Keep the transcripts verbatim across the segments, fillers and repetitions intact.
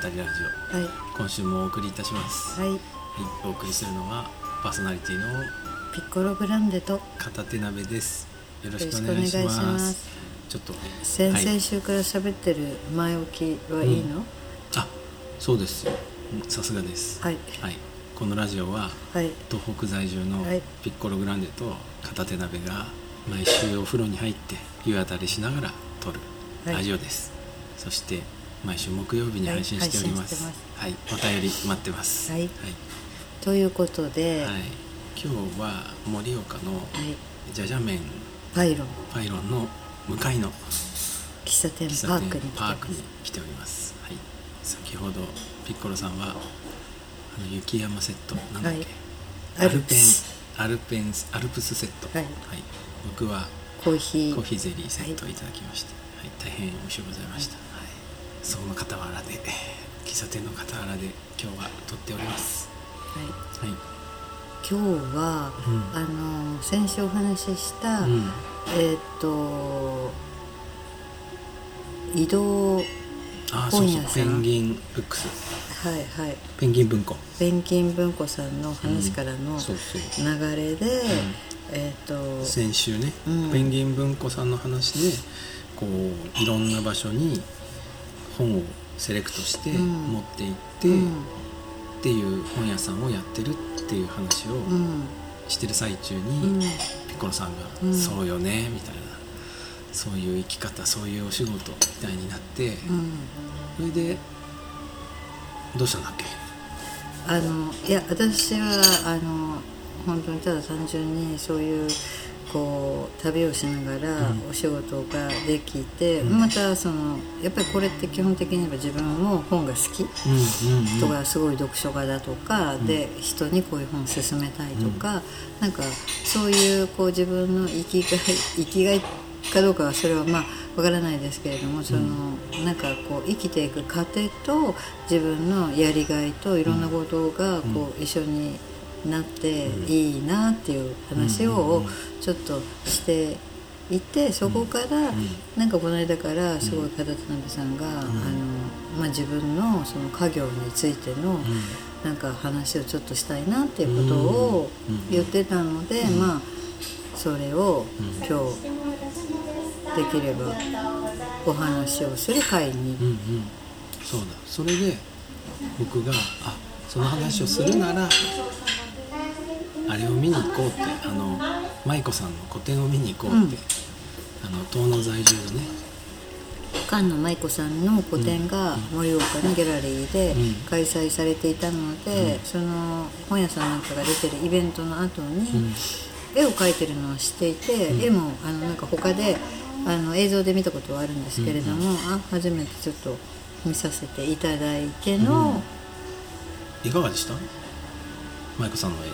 ラジオ、はい、今週もお送りいたします、はいはい、お送りするのはパーソナリティのピッコログランデと片手鍋です。よろしくお願いします。ます。ちょっと先々週から喋ってる前置きはいいの？うん、 あ、そうですよ、さすがです、はいはい、このラジオは、はい、東北在住のピッコログランデと片手鍋が毎週お風呂に入って湯あたりしながら撮るラジオです、はい、そして毎週木曜日に配信しております、はい、はい、お便り待ってます、はいはい、 ということで、はい、 今日は盛岡のじゃじゃ麺パイロンパイロンの向かいの喫茶店パークにパークに来ております、はい、先ほどピッコロさんはあの雪山セットなんだっけ、はい、アルペンアルペンアルプスセット、はいはい、僕はコーヒーコーヒーゼリーセットをいただきまして、はいはい、大変美味しゅうございました、はいはい、その傍らで喫茶店の傍らで今日は撮っております、はいはい、 今日は、うん、あの先週お話しした、うん、えー、っと移動本屋さん、 ペンギンブックス、 はいはい、 ペンギン文庫ペンギン文庫さんの話からの流れで、うん、えー、っと先週ね、うん、ペンギン文庫さんの話でこういろんな場所に本をセレクトして持って行って、うん、っていう本屋さんをやってるっていう話をしてる最中に、うん、ピッコロさんが、うん、そうよねみたいな、そういう生き方、そういうお仕事みたいになって、うん、それでどうしたんだっけ？ あのいや私はあの本当にただ単純にそういうこう旅をしながらお仕事ができて、うん、またそのやっぱりこれって基本的には自分も本が好き、うんうんうん、とかすごい読書家だとか、うん、で人にこういう本を勧めたいとか、うん、なんかそういうこう自分の生きがい生きがいかどうかはそれはまあわからないですけれども、その、うん、なんかこう生きていく過程と自分のやりがいといろんなことがこう一緒になっていいなっていう話をちょっとしていて、そこからなんかこの間からすごい片手鍋さんがあの、まあ、自分のその家業についてのなんか話をちょっとしたいなっていうことを言ってたので、まあそれを今日できればお話をする会に、うんうん、 そうだ、それで僕があその話をするならあれを見に行こうって、あの舞子さんの個展を見に行こうって、うん、あの遠野在住のね菅野舞子さんの個展が盛岡のギャラリーで開催されていたので、うん、その本屋さんなんかが出てるイベントの後に、うん、絵を描いてるのは知っていて、うん、絵もあのなんか他であの映像で見たことはあるんですけれども、うんうん、あ初めてちょっと見させていただいての、 うん、いかがでした？舞子さんの絵。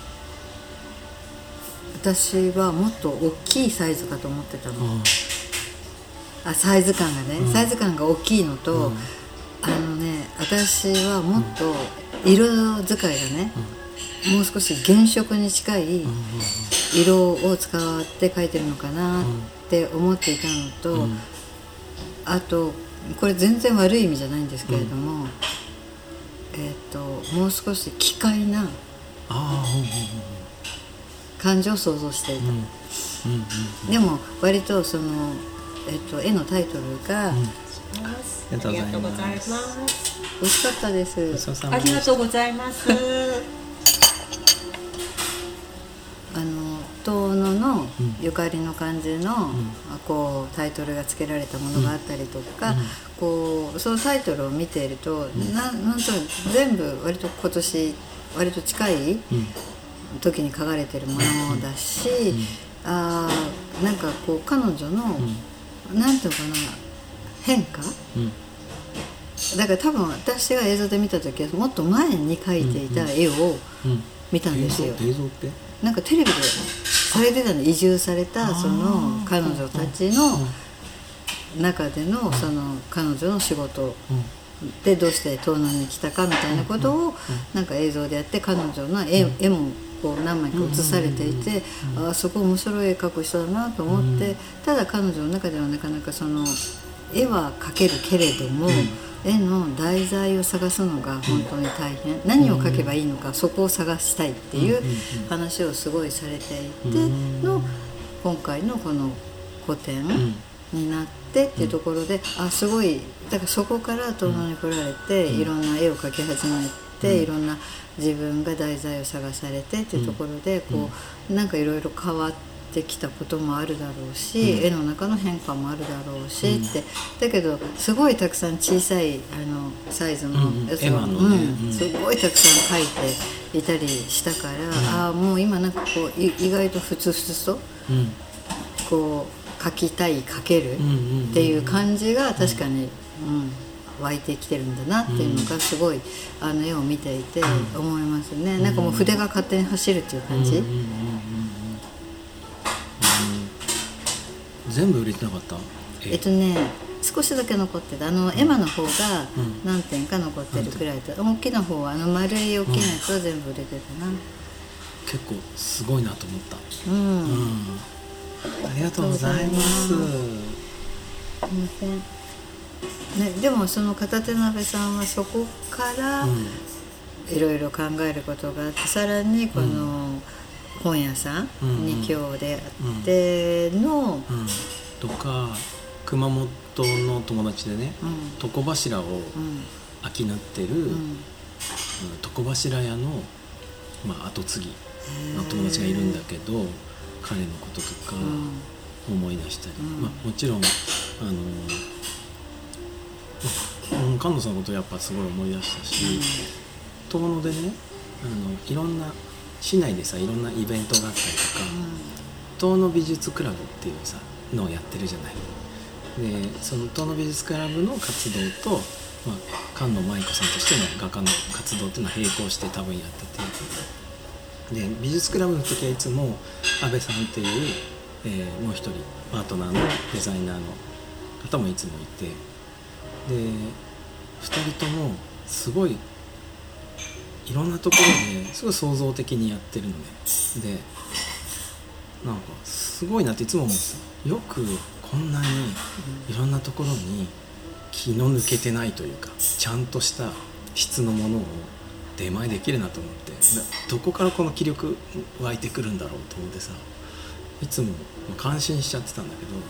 私はもっと大きいサイズかと思ってたの、うん、あサイズ感がね、うん、サイズ感が大きいのと、うん、あのね私はもっと色使いがね、うん、もう少し原色に近い色を使って描いてるのかなって思っていたのと、うん、あとこれ全然悪い意味じゃないんですけれども、うん、えーと、もう少し奇怪な感情を想像していた、うんうんうんうん、でも割とその、えーと、絵のタイトルが、うん、ありがとうございます。 美味しかったです。 ありがとうございます。 あの遠野のゆかりの感じの、うん、こうタイトルが付けられたものがあったりとか、うん、こうそのタイトルを見ていると、うん、ななんと全部割と今年割と近い時に書かれてるものだし、うん、あなんかこう彼女の、うん、なんていうのかな変化、うん、だから多分私が映像で見た時はもっと前に描いていた絵を見たんですよ。 映像ってなんかテレビでされてたの、移住されたその彼女たちの中でのその彼女の仕事でどうして遠野に来たかみたいなことをなんか映像でやって、彼女の 絵, 絵もこう何枚か写されていて、あそこ面白い絵描く人だなと思って、ただ彼女の中ではなかなかその絵は描けるけれども、 絵の題材を探すのが本当に大変、うん、何を描けばいいのか、うん、そこを探したいっていう話をすごいされていての今回のこの個展になってっていうところで、うん、あすごいだからそこから遠野に来られて、うん、いろんな絵を描き始めて、うん、いろんな自分が題材を探されてっていうところでこう、うん、なんかいろいろ変わってできたこともあるだろうし、うん、絵の中の変化もあるだろうし、うん、ってだけどすごいたくさん小さいあのサイズのやつを、うんうん、すごいたくさん描いていたりしたから、うん、ああもう今なんかこう意外とふつふつと、うん、こう描きたい描けるっていう感じが確かに、うん、湧いてきてるんだなっていうのがすごいあの絵を見ていて思いますね、うん、なんかもう筆が勝手に走るっていう感じ、うんうんうんうん、 全部売れてなかった？ えっとね少しだけ残ってたあのエマの方が何点か残ってるくらいと、うん、大きな方はあの丸い大きなやつは全部売れてたな、うん、 結構すごいなと思った、 うんうん、 ありがとうございます。すいません、ね、でもその片手鍋さんはそこからいろいろ考えることがあって、さらにこの、うん本屋さんに今日出会っての、うんうん、 とか熊本の友達でね、うん、床柱を商ってる、うん、床柱屋の、まあ、後継ぎの友達がいるんだけど彼のこととか思い出したり、うんまあ、もちろんあの菅野さんのことやっぱすごい思い出したし、遠野でねあのいろんな市内でさいろんなイベントがあったりとか、遠野美術クラブっていうさのをやってるじゃない。でその遠野美術クラブの活動と、まあ、菅野舞子さんとしての画家の活動っていうのは並行して多分やってて、で美術クラブの時はいつも安倍さんっていう、えー、もう一人パートナーのデザイナーの方もいつもいて、でふたりともすごいいろんなところですごい創造的にやってるのね。でなんかすごいなっていつも思ってた。よくこんなにいろんなところに気の抜けてないというかちゃんとした質のものを出前できるなと思って、どこからこの気力湧いてくるんだろうと思ってさ、いつも感心しちゃってたんだけど、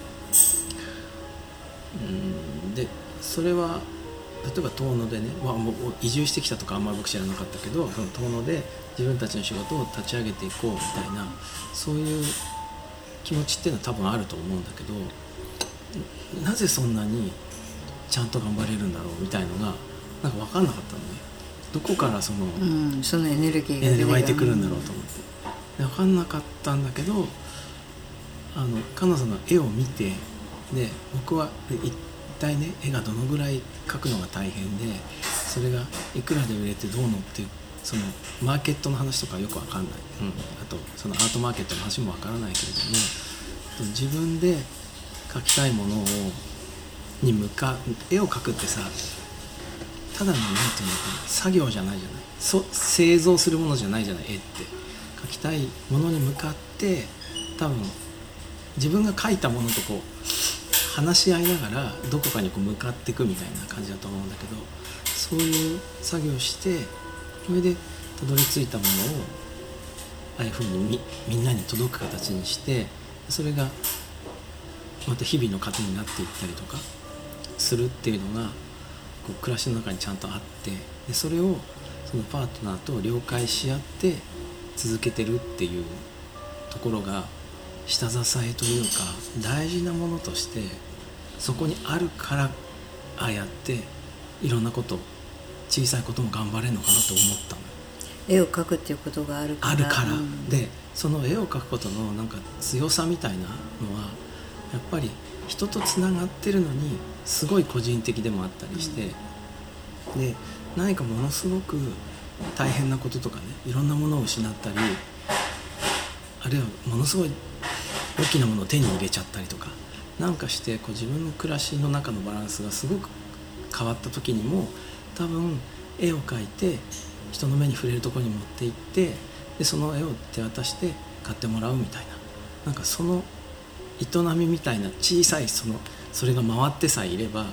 うんでそれは例えば遠野でね、まあ、もう移住してきたとかあんまり僕知らなかったけど、その遠野で自分たちの仕事を立ち上げていこうみたいなそういう気持ちっていうのは多分あると思うんだけど、なぜそんなにちゃんと頑張れるんだろうみたいのがなんか分かんなかったのね。どこからその、 うん、そのエネルギーがエネルギー湧いてくるんだろうと思って分かんなかったんだけど、あの菅野さんの絵を見て、で僕は一体ね絵がどのぐらい描くのが大変でそれがいくらで売れてどうのっていうそのマーケットの話とかよく分かんない、うん、あとそのアートマーケットの話も分からないけれども、自分で描きたいものをに向かう絵を描くってさ、ただのなんていうのかな作業じゃないじゃない、そ製造するものじゃないじゃない。絵って描きたいものに向かって多分自分が描いたものとこう話し合いながらどこかにこう向かっていくみたいな感じだと思うんだけど、そういう作業してそれでたどり着いたものをああいうふうに み, みんなに届く形にして、それがまた日々の糧になっていったりとかするっていうのがこう暮らしの中にちゃんとあって、でそれをそのパートナーと了解し合って続けてるっていうところが下支えというか大事なものとしてそこにあるから、ああやっていろんなこと小さいことも頑張れるのかなと思ったの。 絵を描くっていうことがあるからあるから、うん、でその絵を描くことのなんか強さみたいなのはやっぱり人とつながってるのにすごい個人的でもあったりして、うん、で何かものすごく大変なこととかね、いろんなものを失ったり、あるいはものすごい大きなものを手に入れちゃったりとかなんかしてこう自分の暮らしの中のバランスがすごく変わった時にも多分絵を描いて人の目に触れるところに持って行って、でその絵を手渡して買ってもらうみたいな、なんかその営みみたいな小さいそのそれが回ってさえいれば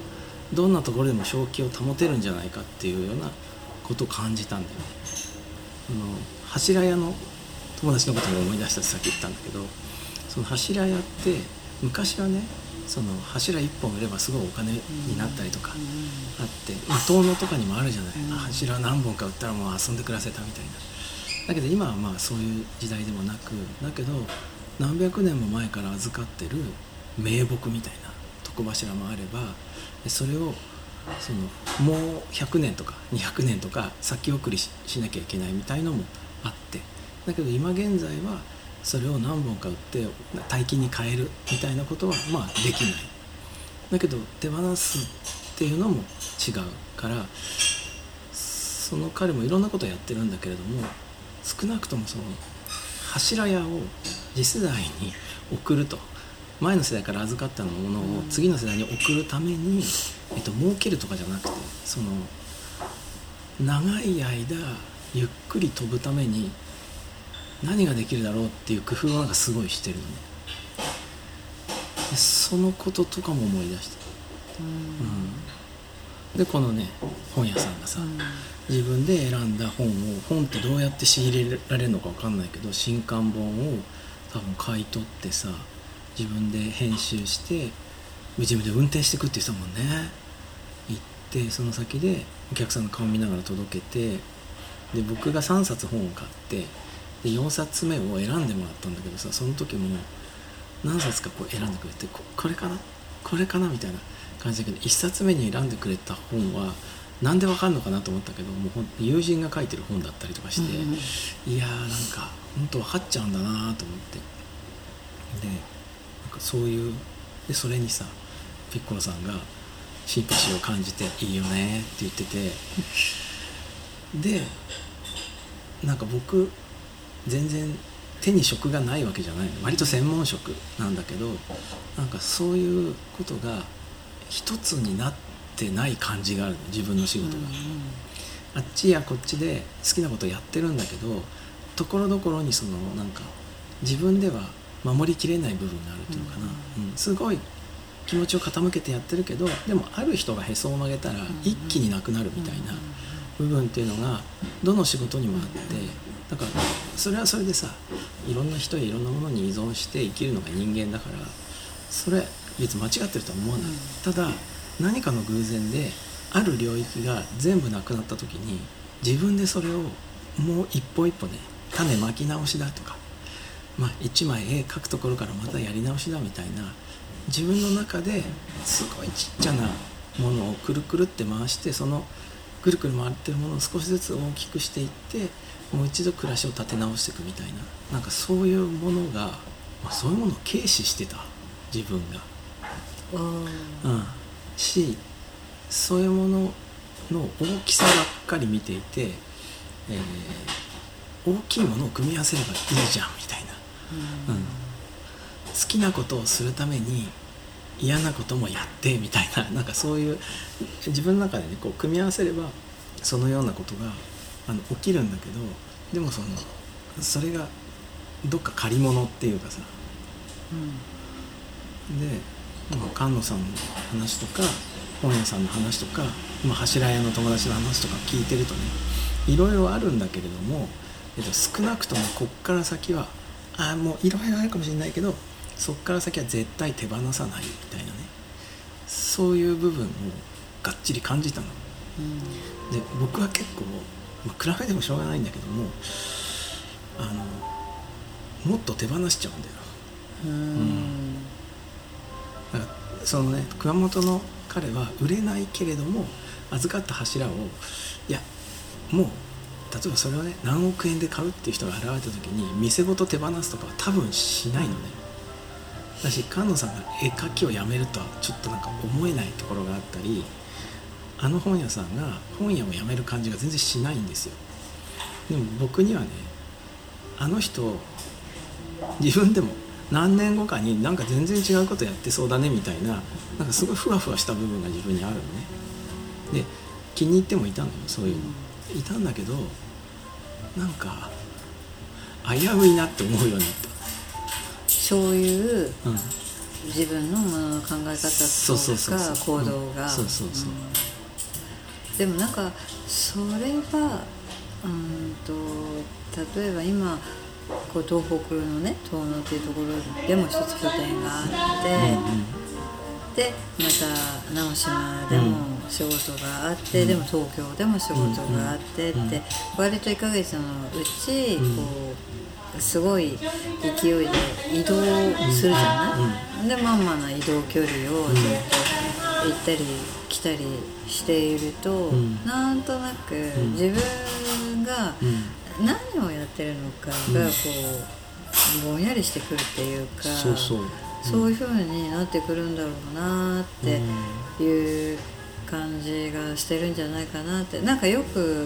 どんなところでも正気を保てるんじゃないかっていうようなことを感じたんだよね。あの柱屋の友達のことも思い出したってさっき言ったんだけど、その柱屋って昔はね、その柱いっぽん売ればすごいお金になったりとかあって、まあ、遠野とかにもあるじゃない、うん、柱何本か売ったらもう遊んで暮らせたみたいな。だけど今はまあそういう時代でもなく、だけど何百年も前から預かってる名木みたいな床柱もあれば、それをそのもうひゃくねんとかにひゃくねんとか先送り し, しなきゃいけないみたいのもあって、だけど今現在はそれを何本か売って大金に変えるみたいなことはまあできない。だけど手放すっていうのも違うから、その彼もいろんなことをやってるんだけれども、少なくともその柱屋を次世代に送ると、前の世代から預かったものを次の世代に送るために、えっと、儲けるとかじゃなくて、その長い間ゆっくり飛ぶために何ができるだろうっていう工夫をなんかすごいしてるのね。でそのこととかも思い出して、うん、でこのね本屋さんがさ、うん、自分で選んだ本を、本ってどうやって仕入れられるのか分かんないけど、新刊本を多分買い取ってさ、自分で編集して自分で運転してくって言ってたもんね。行ってその先でお客さんの顔見ながら届けて、で僕がさんさつ本を買ってでよんさつめを選んでもらったんだけどさ、その時も何冊かこう選んでくれて、 こ, これかなこれかなみたいな感じだけど、いっさつめに選んでくれた本はなんでわかんのかなと思ったけど、もう友人が書いてる本だったりとかして、うん、いやーなんか本当分かっちゃうんだなと思って、でなんかそういうでそれにさピッコロさんがシンパシーを感じていいよねって言っててでなんか僕全然手に職がないわけじゃない、割と専門職なんだけど、なんかそういうことが一つになってない感じがあるの、自分の仕事が、うんうん、あっちやこっちで好きなことやってるんだけど、ところどころにそのなんか自分では守りきれない部分があるっていうのかな、うんうん、すごい気持ちを傾けてやってるけど、でもある人がへそを曲げたら一気になくなるみたいな部分っていうのがどの仕事にもあって、だからそれはそれでさ、いろんな人やいろんなものに依存して生きるのが人間だから、それ別に間違ってるとは思わない、うん、ただ何かの偶然である領域が全部なくなった時に、自分でそれをもう一歩一歩ね種まき直しだとか、まあ、一枚絵描くところからまたやり直しだみたいな、自分の中ですごいちっちゃなものをくるくるって回して、そのくるくる回ってるものを少しずつ大きくしていって、もう一度暮らしを立て直していくみたいな、なんかそういうものが、まあ、そういうものを軽視してた自分が、うん、しそういうものの大きさばっかり見ていて、えー、大きいものを組み合わせればいいじゃんみたいな、うんうん、好きなことをするために嫌なこともやってみたいな、なんかそういう自分の中でねこう組み合わせればそのようなことがあの起きるんだけど、でもそのそれがどっか借り物っていうかさ、うん、で、まあ、菅野さんの話とか本屋さんの話とか、まあ、柱屋の友達の話とか聞いてるとね、いろいろあるんだけれども、えっと、少なくともこっから先はあもういろいろあるかもしれないけど、そっから先は絶対手放さないみたいなね、そういう部分をがっちり感じたの、うん、で僕は結構、まあ、比べてもしょうがないんだけども、あのもっと手放しちゃうんだよ、うんうん、だからそのね熊本の彼は売れないけれども預かった柱をいやもう例えばそれをね何億円で買うっていう人が現れた時に店ごと手放すとかは多分しないのね。だし菅野さんが絵描きをやめるとはちょっとなんか思えないところがあったり、あの本屋さんが本屋をやめる感じが全然しないんですよ。でも僕にはね、あの人自分でも何年後かになんか全然違うことやってそうだねみたいな、なんかすごいふわふわした部分が自分にあるのね。で気に入ってもいたのよ、そういうのいたんだけど、なんか危ういなって思うようになった。 そういう自分のものの考え方とか行動がでもなんかそれはうんと例えば今こう東北のね遠野っていうところでも一つ拠点があって、うんうん、でまた直島でも仕事があって、うん、でも東京でも仕事があってって、うんうん、割といっかげつのうち、うん、こうすごい勢いで移動するじゃない、うん、でまんまな移動距離をずっと行ったり来たりしていると、うん、なんとなく自分が何をやってるのかがこうぼんやりしてくるっていうか、そうそう、うん、そういう風になってくるんだろうなっていう感じがしてるんじゃないかなって。なんかよく、うん、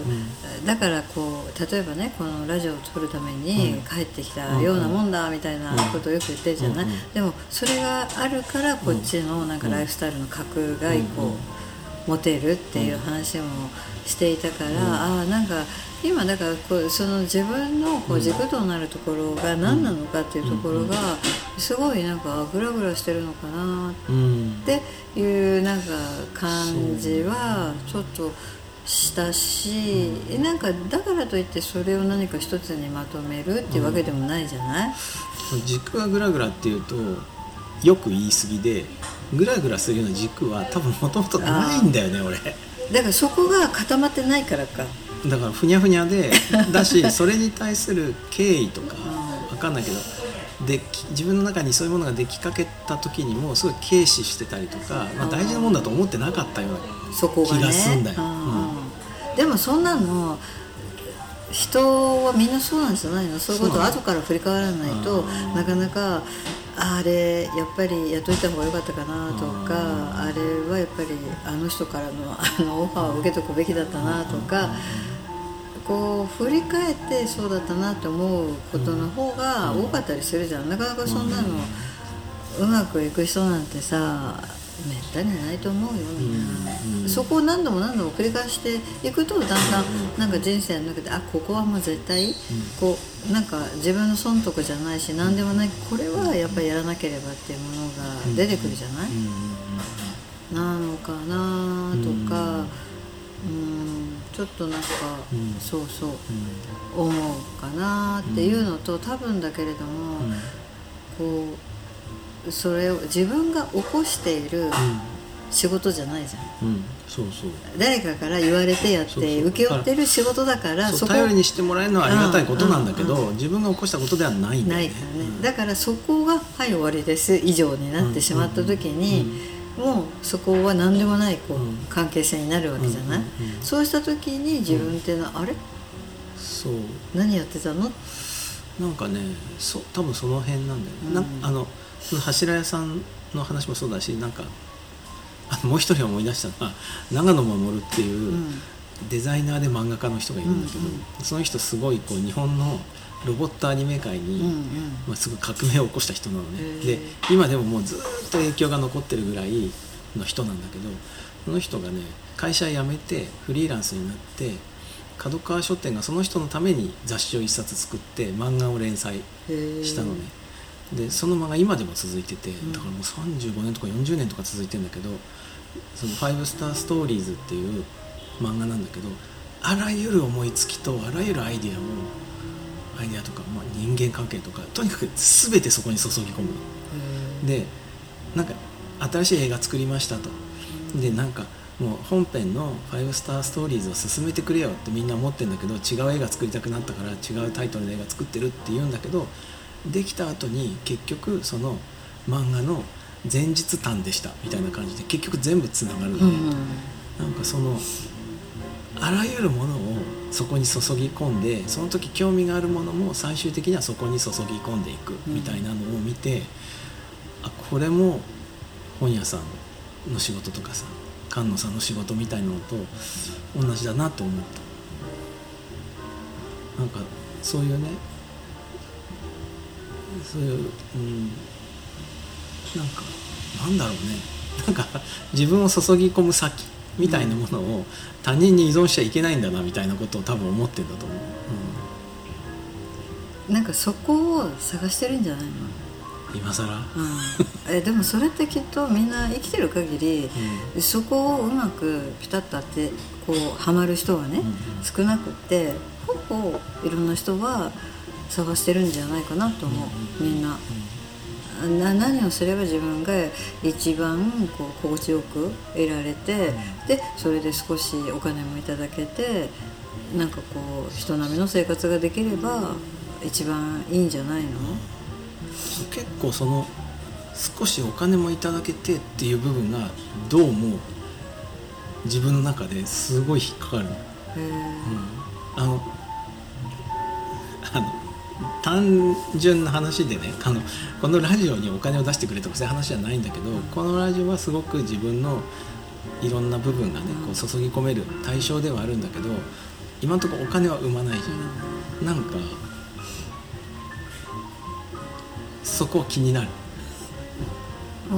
だからこう例えばねこのラジオを撮るために帰ってきたようなもんだみたいなことをよく言ってるじゃない、うんうん、でもそれがあるからこっちのなんかライフスタイルの格が一個持てるっていう話もしていたから、うん、ああなんか今だからこうその自分のこう軸となるところが何なのかっていうところがすごいなんかグラグラしてるのかなっていうなんか感じはちょっとしたし、なんかだからといってそれを何か一つにまとめるっていうわけでもないじゃない、 うん、軸がグラグラっていうとよく言い過ぎで、グラグラするような軸は多分もともとないんだよね俺。 だからそこが固まってないからか。 だからふにゃふにゃでだしそれに対する敬意とか分かんないけどで自分の中にそういうものができかけた時にもすごい軽視してたりとか、まあ、大事なもんだと思ってなかったような気がするんだよ、ねうん、でもそんなの人はみんなそうなんじゃないの。そういうことを後から振り返らないとなかなかあれやっぱりやっといた方が良かったかなとか、あれはやっぱりあの人からのあのオファーを受けとくべきだったなとか、こう振り返ってそうだったなと思うことの方が多かったりするじゃん。なかなかそんなのうまくいく人なんてさめったにないと思うよみんな、うんうん、そこを何度も何度も繰り返していくとだんだんなんか人生の中であここはもう絶対、うん、こうなんか自分の損得じゃないし何でもないこれはやっぱりやらなければっていうものが出てくるじゃない、うん、なのかなとか、うん、ちょっとなんか、うん、そうそう、うん、思うかなっていうのと多分だけれども、うん、こうそれを自分が起こしている仕事じゃないじゃん、うん、そうそう誰かから言われてやってそうそう請け負ってる仕事だからそうそこ頼りにしてもらえるのはありがたいことなんだけど、自分が起こしたことではないんだよね。ないからね、うん、だからそこがはい終わりです以上になってしまった時に、うんうんうん、もうそこは何でもないこう、うん、関係性になるわけじゃない、うんうんうん、そうした時に自分ってのは、うん、あれそう何やってたのなんかねそ多分その辺なんだよね、うん、なあのその柱屋さんの話もそうだし、なんかあのもう一人思い出したのは長野守っていうデザイナーで漫画家の人がいるんだけど、うんうん、その人すごいこう日本のロボットアニメ界に、うんうんまあ、すごい革命を起こした人なのね。で今でももうずっと影響が残ってるぐらいの人なんだけど、その人がね会社辞めてフリーランスになって角川書店がその人のために雑誌を一冊作って漫画を連載したのね。でその漫画今でも続いてて、だからもうさんじゅうごねんとかよんじゅうねんとか続いてるんだけど、そのファイブスターストーリーズっていう漫画なんだけど、あらゆる思いつきとあらゆるアイデアをアイデアとか、まあ、人間関係とかとにかく全てそこに注ぎ込むので、なんか新しい映画作りましたと。でなんかもう本編のファイブスターストーリーズを進めてくれよってみんな思ってるんだけど、違う映画作りたくなったから違うタイトルの映画作ってるって言うんだけど、できた後に結局その漫画の前日譚でしたみたいな感じで結局全部つながるので、うん、なんかそのあらゆるものをそこに注ぎ込んで、その時興味があるものも最終的にはそこに注ぎ込んでいくみたいなのを見て、うん、あこれも本屋さんの仕事とかさ菅野さんの仕事みたいなのと同じだなと思った。なんかそういうねそういう、うん、なんかなんだろうね、なんか自分を注ぎ込む先みたいなものを他人に依存しちゃいけないんだなみたいなことを多分思ってるんだと思う、 うん、なんかそこを探してるんじゃないの。 今更、うん、 えでもそれってきっとみんな生きてる限り、うん、そこをうまくピタッと当てこうハマる人はね、うんうん、少なくってほぼいろんな人は探してるんじゃないかなと思う、うん、みんな、うん、な何をすれば自分が一番こう心地よく得られて、うん、でそれで少しお金もいただけてなんかこう人並みの生活ができれば一番いいんじゃないの？ 結構その少しお金もいただけてっていう部分がどうも自分の中ですごい引っかかる。へー、うん、あのあの単純な話でねあのこのラジオにお金を出してくれとかそういう話じゃないんだけど、このラジオはすごく自分のいろんな部分がねこう注ぎ込める対象ではあるんだけど、今のところお金は生まないじゃん。なんかそこ気になる。 うん、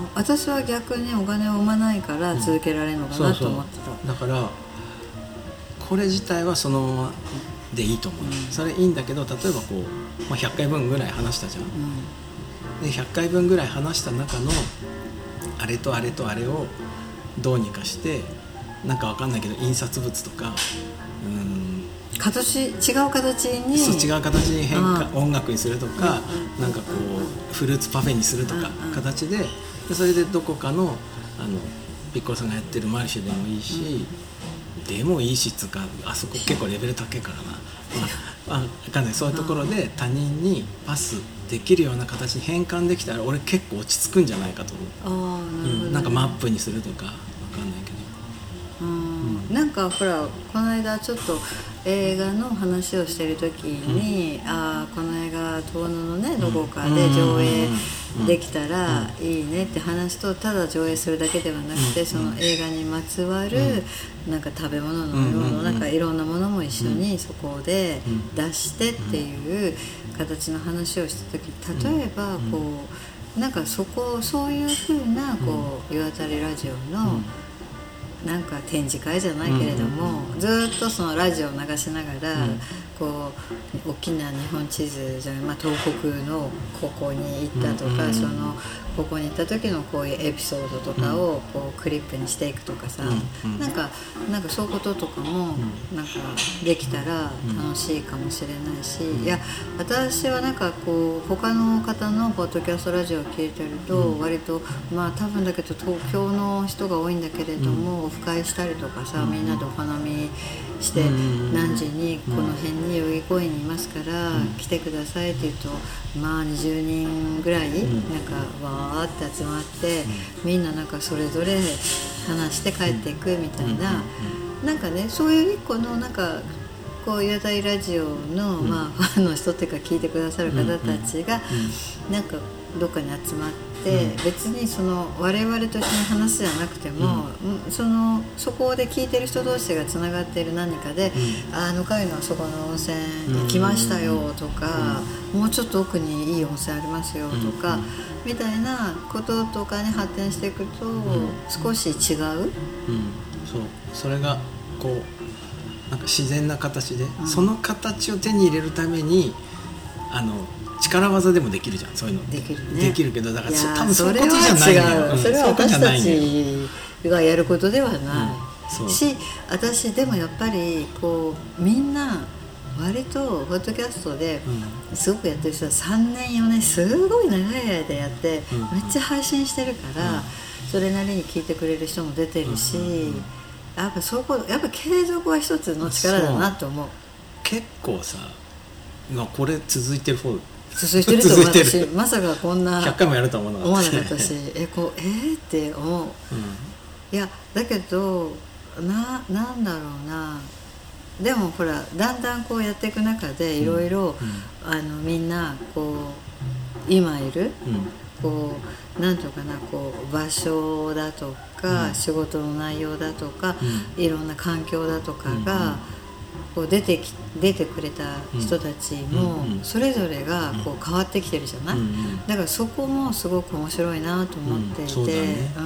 私は逆にお金を生まないから続けられるのかなと思ってた、 うん、そうそうだからこれ自体はそのままでいいと思う、うん、それいいんだけど例えばこう、まあ、ひゃっかいぶんぐらい話したじゃん、うん、でひゃっかいぶんぐらい話した中のあれとあれとあれをどうにかしてなんかわかんないけど印刷物とかうん形違う形にそう違う形に変化音楽にするとか、うん、なんかこうフルーツパフェにするとか形で、でそれでどこかのあのピッコロさんがやってるマルシェでもいいし、うん、でもいいしつうかあそこ結構レベル高いからな、まあ、わかんないそういうところで他人にパスできるような形に変換できたら俺結構落ち着くんじゃないかと思う。あ、なるほどね、うん、なんかマップにするとかわかんないけど、 うんうん、なんかほらこの間ちょっと映画の話をしてる時に、うん、あこの映画遠野のねどこかで上映できたらいいねって話と、ただ上映するだけではなくてその映画にまつわるなんか食べ物のようななんかいろんなものも一緒にそこで出してっていう形の話をした時、例えばこうなんかそこそういう風なこう岩谷ラジオのなんか展示会じゃないけれども、うん、ずっとそのラジオを流しながら、うん、こう大きな日本地図じゃない、まあ、東北のここに行ったとか、うん、そのここに行った時のこういうエピソードとかをこうクリップにしていくとかさ、うん、なんかなんかそういうこととかもなんかできたら楽しいかもしれないし、いや私はなんかこう他の方のポッドキャストラジオを聞いてると割とまあ多分だけど東京の人が多いんだけれども、オフ会したりとかさ、みんなでお花見して何時にこの辺に代々木公園にいますから来てくださいって言うとまあにじゅうにんぐらいなんかわーって集まってみんななんかそれぞれ話して帰っていくみたいな、なんかねそういう一個のなんかこう岩谷ラジオのまあファンの人っていうか聞いてくださる方たちがなんかどっかに集まって別にその我々と一緒に話すじゃなくても、うん、そのそこで聞いてる人同士がつながっている何かで、うん、あの回のあそこの温泉行きましたよとか、うん、もうちょっと奥にいい温泉ありますよとか、うん、みたいなこととかに発展していくと少し違う、うん、 そうそれがこうなんか自然な形で、うん、その形を手に入れるためにあの力技でもできるじゃん、そういうのできるね。 できるけどだから多分そういうことじゃないのよ、 うん、それは私たちがやることではない、うん、し私でもやっぱりこうみんな割とポッドキャストですごくやってる人はさんねんよねんすごい長い間やって、うん、めっちゃ配信してるから、うん、それなりに聞いてくれる人も出てるし、うんうんうん、やっぱそこやっぱ継続は一つの力だなと思う。 結構さこれ続いてる方続いてると思う。私まさかこんなひゃっかいもやるとは思わなかったしえこうえー、って思う、うん、いやだけどななんだろうな、でもほらだんだんこうやっていく中でいろいろみんなこう今いる、うん、こうなんとかなこう場所だとか、うん、仕事の内容だとか、うん、いろんな環境だとかが、こう出てき出てくれた人たちもそれぞれがこう変わってきてるじゃない、うんうん、だからそこもすごく面白いなと思っていて、うんねうん、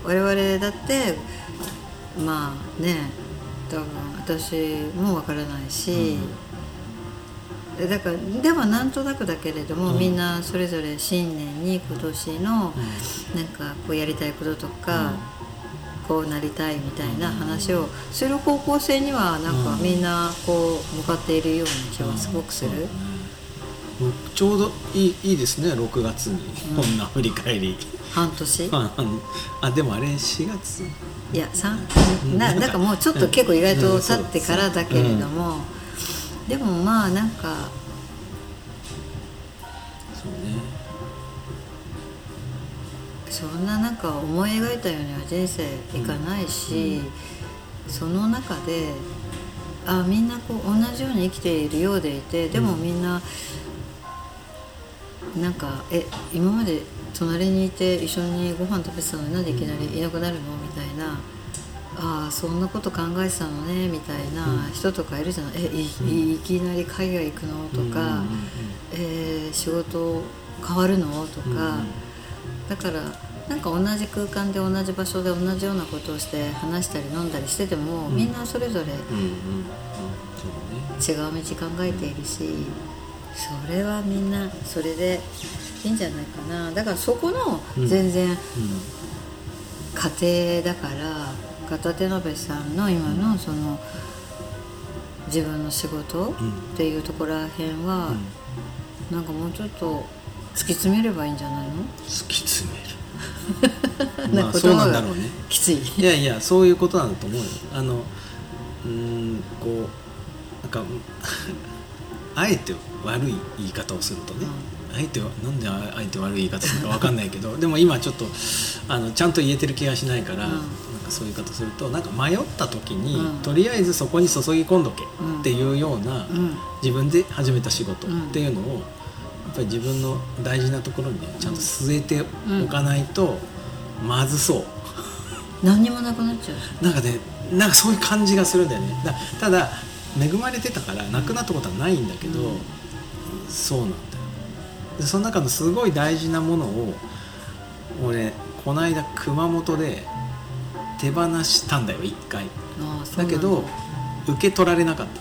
我々だってまあね多分私もわからないし、 だからでもなんとなくだけれども、うん、みんなそれぞれ新年に今年のなんかこうやりたいこととか、うん、こうなりたいみたいな話をする方向性にはなんかみんなこう向かっているような気はすごくする、 うんうん、ちょうどいい、いいですねろくがつにこんな振り返り、 うん、半年あでもあれしがついやさんななんかもうちょっと結構意外と経ってからだけれども、うん、でもまあなんかそうねそんななんか思い描いたようには人生いかないし、うん、その中であみんなこう同じように生きているようでいてでもみんな、うん、なんかえ今まで隣にいて一緒にご飯食べてたのになんでいきなりいなくなるのみたいなああそんなこと考えてたのねみたいな人とかいるじゃない、うん、え い, いきなり海外行くのとか、うんうんうんえー、仕事変わるのとか、うんうん、だからなんか同じ空間で同じ場所で同じようなことをして話したり飲んだりしてても、うん、みんなそれぞれ違う道考えているしそれはみんなそれでいいんじゃないかな。だからそこの全然家庭だから片手延べさんの今のその自分の仕事っていうところらへんはなんかもうちょっと突き詰めればいいんじゃないの？ 突き詰めるまあそうなんだろうね。 きつい。 いやいやそういうことなんだと思うよ。あのうーんこうなんかあえて悪い言い方をするとね、うん、あえてなんであえて悪い言い方するか分かんないけどでも今ちょっとあのちゃんと言えてる気がしないから、うん、なんかそういう言い方するとなんか迷った時に、うん、とりあえずそこに注ぎ込んどけっていうような、うん、自分で始めた仕事っていうのを、やっぱり自分の大事なところにねちゃんと据えておかないとまずそう、 何にもなくなっちゃう。 なんかねなんかそういう感じがするんだよね。だただ恵まれてたからなくなったことはないんだけど、うん、そうなんだよ。でその中のすごい大事なものを俺この間熊本で手放したんだよ一回。ああ、そうなんだ。だけど受け取られなかった。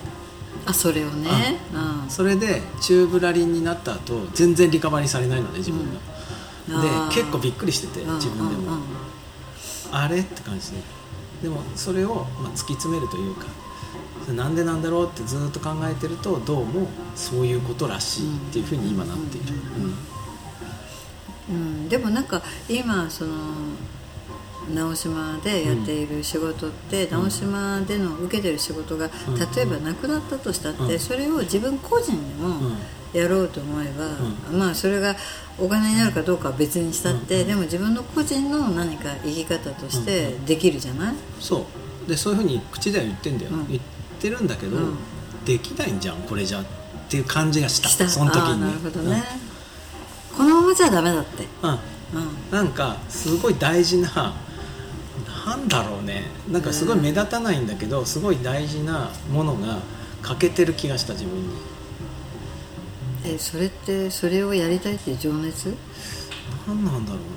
あそれをね、 うん、それで宙ぶらりんになった後全然リカバリーされないのね自分が、うん、で結構びっくりしてて自分でも、うんうんうん、あれって感じででもそれを、まあ、突き詰めるというかなんでなんだろうってずっと考えてるとどうもそういうことらしいっていうふうに今なっている、 うんうんうん、でもなんか今その直島でやっている仕事って、うん、直島での受けてる仕事が、うん、例えばなくなったとしたって、うん、それを自分個人でもやろうと思えば、うん、まあそれがお金になるかどうかは別にしたって、うん、でも自分の個人の何か生き方としてできるじゃない、うん、 そうでそういうふうに口では言ってんだよ、うん、言ってるんだけど、うん、できないんじゃんこれじゃっていう感じがしたしたその時に、 あなるほどね、うん、このままじゃダメだって、 うんうん、なんかすごい大事ななんだろうねなんかすごい目立たないんだけどすごい大事なものが欠けてる気がした自分に。 えそれってそれをやりたいっていう情熱なんなんだろ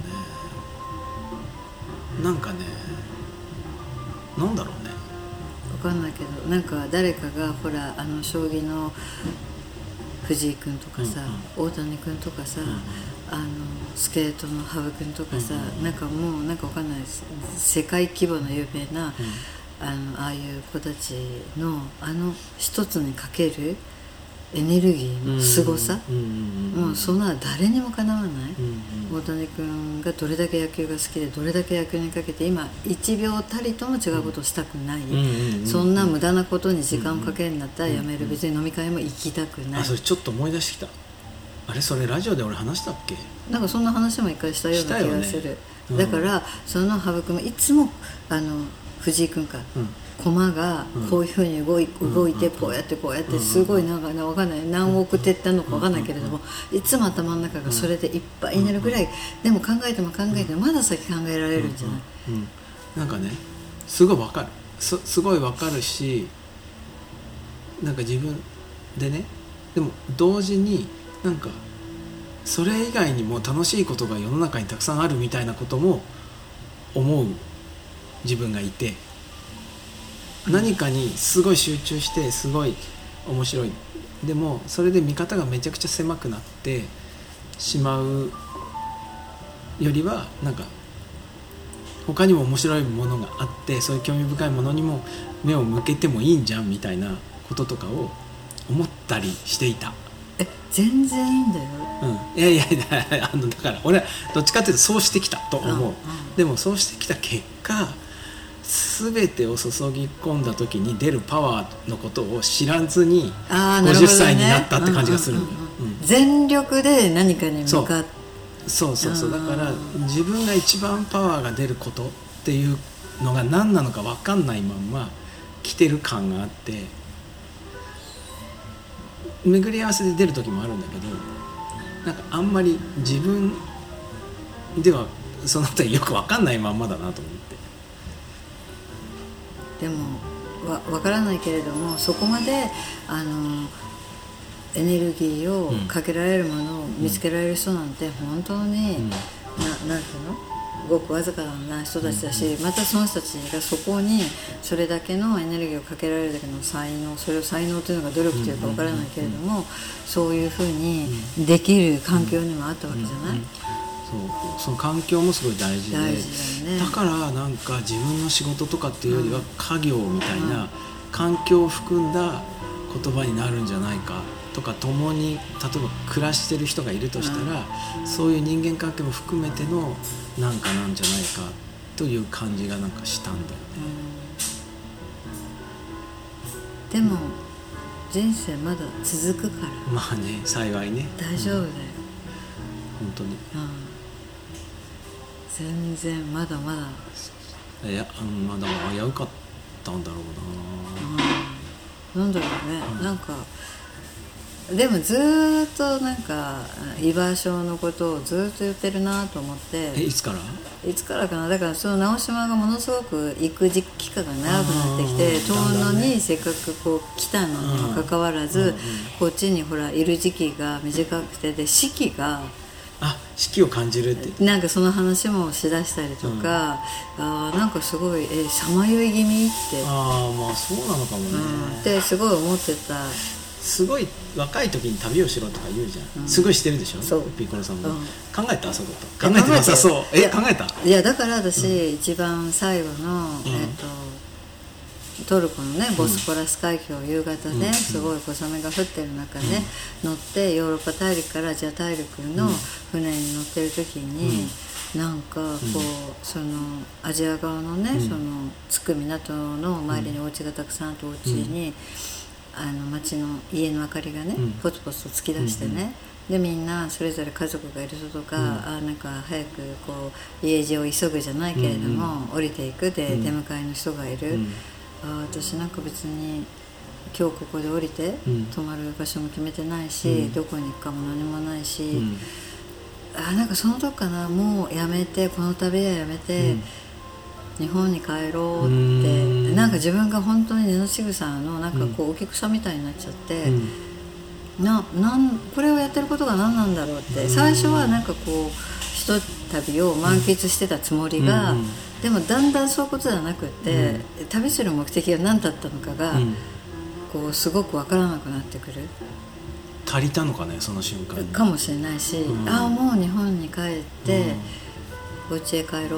うね。なんかねなんだろうね分かんないけどなんか誰かがほらあの将棋の藤井君とかさ、うんうん、大谷君とかさ、うんうん、あのスケートの羽生君とかさ、うんうん、なんかもうなんか分かんないです世界規模の有名な、うん、あのああいう子たちのあの一つにかけるエネルギーのすごさ、うんうんうん、もうそんな誰にもかなわない、うんうん、大谷君がどれだけ野球が好きでどれだけ野球にかけて今いちびょうたりとも違うことをしたくない、うんうんうん、そんな無駄なことに時間をかけるんだったらやめる、別に飲み会も行きたくない。 あそれちょっと思い出してきた。あれそれラジオで俺話したっけ。 なんかそんな話も一回したような気がする、ねうん、だからその羽生君もいつもあの藤井君か、うん駒がこういうふうに動い、うん、動いてこうやってこうやってすごいなんかね分かんない何億手ってあるのか分かんないけれどもいつも頭の中がそれでいっぱいになるぐらいでも考えても考えてもまだ先考えられるんじゃない、 うんうんうん、なんかねすごい分かる す, すごい分かるしなんか自分でねでも同時になんかそれ以外にも楽しいことが世の中にたくさんあるみたいなことも思う自分がいて何かにすごい集中してすごい面白い。でもそれで見方がめちゃくちゃ狭くなってしまうよりは、なんか他にも面白いものがあって、そういう興味深いものにも目を向けてもいいんじゃんみたいなこととかを思ったりしていた。 え全然いいんだよ、 うん、いやいやいやあのだから俺はどっちかっていうとそうしてきたと思う、うんうん、でもそうしてきた結果全てを注ぎ込んだ時に出るパワーのことを知らずにごじゅっさいになったって感じがするんだよ。 全力で何かに向かって、 そうそうそう、だから自分が一番パワーが出ることっていうのが何なのか分かんないまんま来てる感があって、巡り合わせで出る時もあるんだけど、なんかあんまり自分ではそのあたりよく分かんないまんまだなと思って。 でもわ分からないけれども、そこまであのエネルギーをかけられるものを見つけられる人なんて本当に、うん、ななんていうのごくわずかな人たちだし、うん、またその人たちがそこにそれだけのエネルギーをかけられるだけの才能、それを才能というのが努力というか分からないけれども、そういうふうにできる環境にもあったわけじゃない、うんうんうん、 そうその環境もすごい大事で、 大事だね、 だからなんか自分の仕事とかっていうよりは家業みたいな環境を含んだ言葉になるんじゃないかとか、共に例えば暮らしてる人がいるとしたら、うん、そういう人間関係も含めてのなんかなんじゃないかという感じがなんかしたんだよね、 うん、でも人生まだ続くから、 まあね、幸いね、 大丈夫だよ、うん、 本当に、うん、 全然まだまだ、 いや、まだ危うかったんだろうな、 うん、なんだろうね、うん、なんかでもずーっとなんか居場所のことをずーっと言ってるなと思って。 えいつからいつからかな。だからその直島がものすごく行く時期間が長くなってきて、遠野にせっかくこう来たのにもかかわらず、うんうん、こっちにほらいる時期が短くて、で四季があ四季を感じるってなんかその話もしだしたりとか、うん、あなんかすごいえさまよい気味って、 あまあそうなのかもね、 うん、ってすごい思ってた。 すごい若い時に旅をしろとか言うじゃん、うん、すごいしてるでしょ、そうピッコロさんも、うん、考えたそういうこと考えてなさそう。え考えた。 いやだから私、うん、一番最後の、うんえー、とトルコのねボスポラス海峡、夕方ね、うん、すごい小雨が降ってる中ね、うん、乗ってヨーロッパ大陸からアジア大陸の船に乗ってる時に、うん、なんかこう、うん、そのアジア側のね、うん、その着く港の周りにお家がたくさんあって、お家に、うんあの町の家の明かりがね、うん、ポツポツと突き出してね、うんうん、でみんなそれぞれ家族がいる人とか、うん、あなんか早くこう家路を急ぐじゃないけれども、うんうん、降りていくで、うん、出迎えの人がいる、うん、あ私なんか別に今日ここで降りて、うん、泊まる場所も決めてないし、うん、どこに行くかも何もないし、うん、あなんかその時かな、もうやめてこの旅はやめて、うん日本に帰ろうって、なんか自分が本当に根の仕草のなんかこうお菊さんみたいになっちゃって、うん、ななんこれをやってることが何なんだろうって、最初はなんかこうひと旅を満喫してたつもりが、うん、でもだんだんそういうことじゃなくって、うん、旅する目的が何だったのかが、うん、こうすごく分からなくなってくる。 足りたのかねその瞬間にかもしれないし、うん、ああもう日本に帰って、うん、お家へ帰ろうって。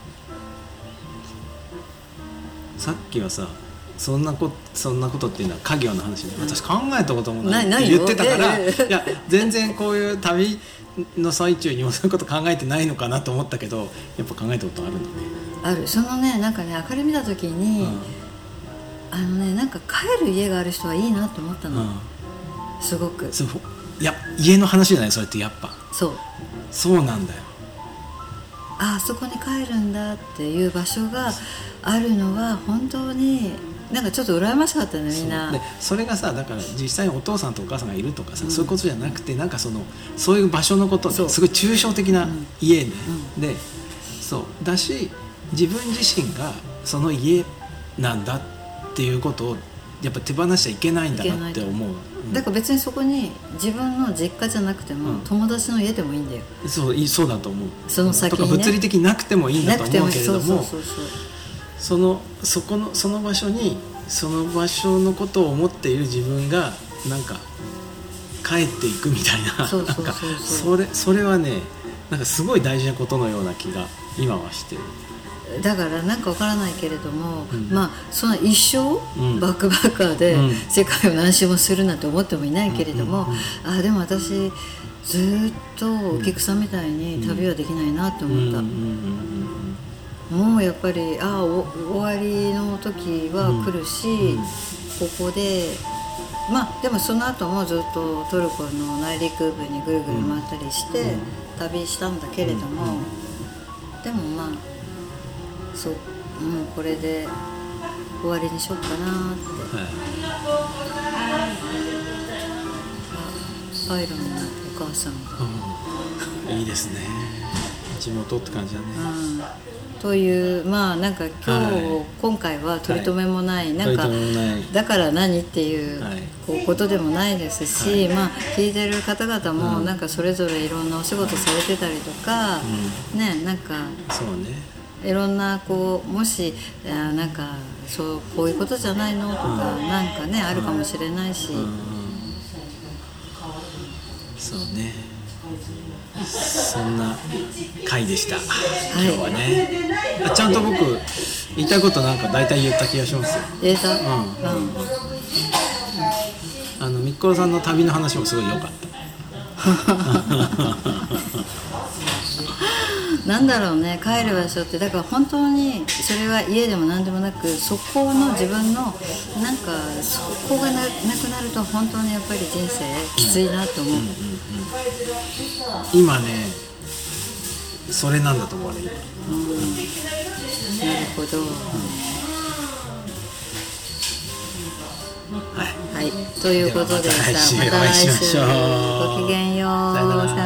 さっきはさそんなこそんなことっていうのは家業の話で、私考えたこともないって言ってたから、いや全然こういう旅の最中にもそういうこと考えてないのかなと思ったけど、やっぱ考えたことあるんだね。 ある。そのねなんかね明かり見た時に、うん、あのねなんか帰る家がある人はいいなと思ったの、うん、すごく。 そういや家の話じゃないそれってやっぱ。 そうそうなんだよ。 ああそこに帰るんだっていう場所があるのは本当になんかちょっと羨ましかったねみんな。 そ, でそれがさだから実際にお父さんとお母さんがいるとかさ、うん、そういうことじゃなくてなんかそのそういう場所のことですごい抽象的な家ね、うん、でそうだし自分自身がその家なんだっていうことをやっぱ手放しちゃいけないんだなって思う。 だから別にそこに自分の実家じゃなくても、うん、友達の家でもいいんだよ。 そうそうだと思う。 その先に、ね、 とか物理的になくてもいいんだと思うけれども、そのそこのその場所にその場所のことを思っている自分がなんか帰っていくみたいな、 そうそうそうそう、 なんかそれそれはねなんかすごい大事なことのような気が今はしてる。 だからなんかわからないけれども、 うん、 まあその一生、うん、バックバッカーで世界を何周もするなんて思ってもいないけれども、うんうんうん、あでも私ずっとお菊さんみたいに旅はできないなって思った、うんうんうん、もうやっぱりあお終わりの時は来るし、うん、ここでまあでもその後もずっとトルコの内陸部にぐるぐる回ったりして旅したんだけれども、でもまあそう、うん、これで終わりにしようかなって、はい、アイロンのお母さんが、うん、いいですね、地元って感じだね、 うん、というまあなんか今日、はい、今回は取り留めもない、はい、なんかだから何っていう、はい、こうことでもないですし、はい、まあ聞いてる方々もなんかそれぞれいろんなお仕事されてたりとか、うん、ねなんかそうねいろんなこうもしあなんかそうこういうことじゃないのとか、うん、なんかねあるかもしれないし、うんうん、 そうねそんな回でした、はい、今日はね。ちゃんと僕言いたいことなんか大体言った気がしますよ。 言えた、うんうん、 あのみっころさんの旅の話もすごい良かったなんだろうね、帰る場所ってだから本当にそれは家でも何でもなくそこの自分のなんかそこが な, なくなると本当にやっぱり人生きついなと思う、うんうんうんうん、 今ねそれなんだと思うね、うん、なるほど、うんはいはい、ということでまた来週また来週ごきげんよう。さよなら。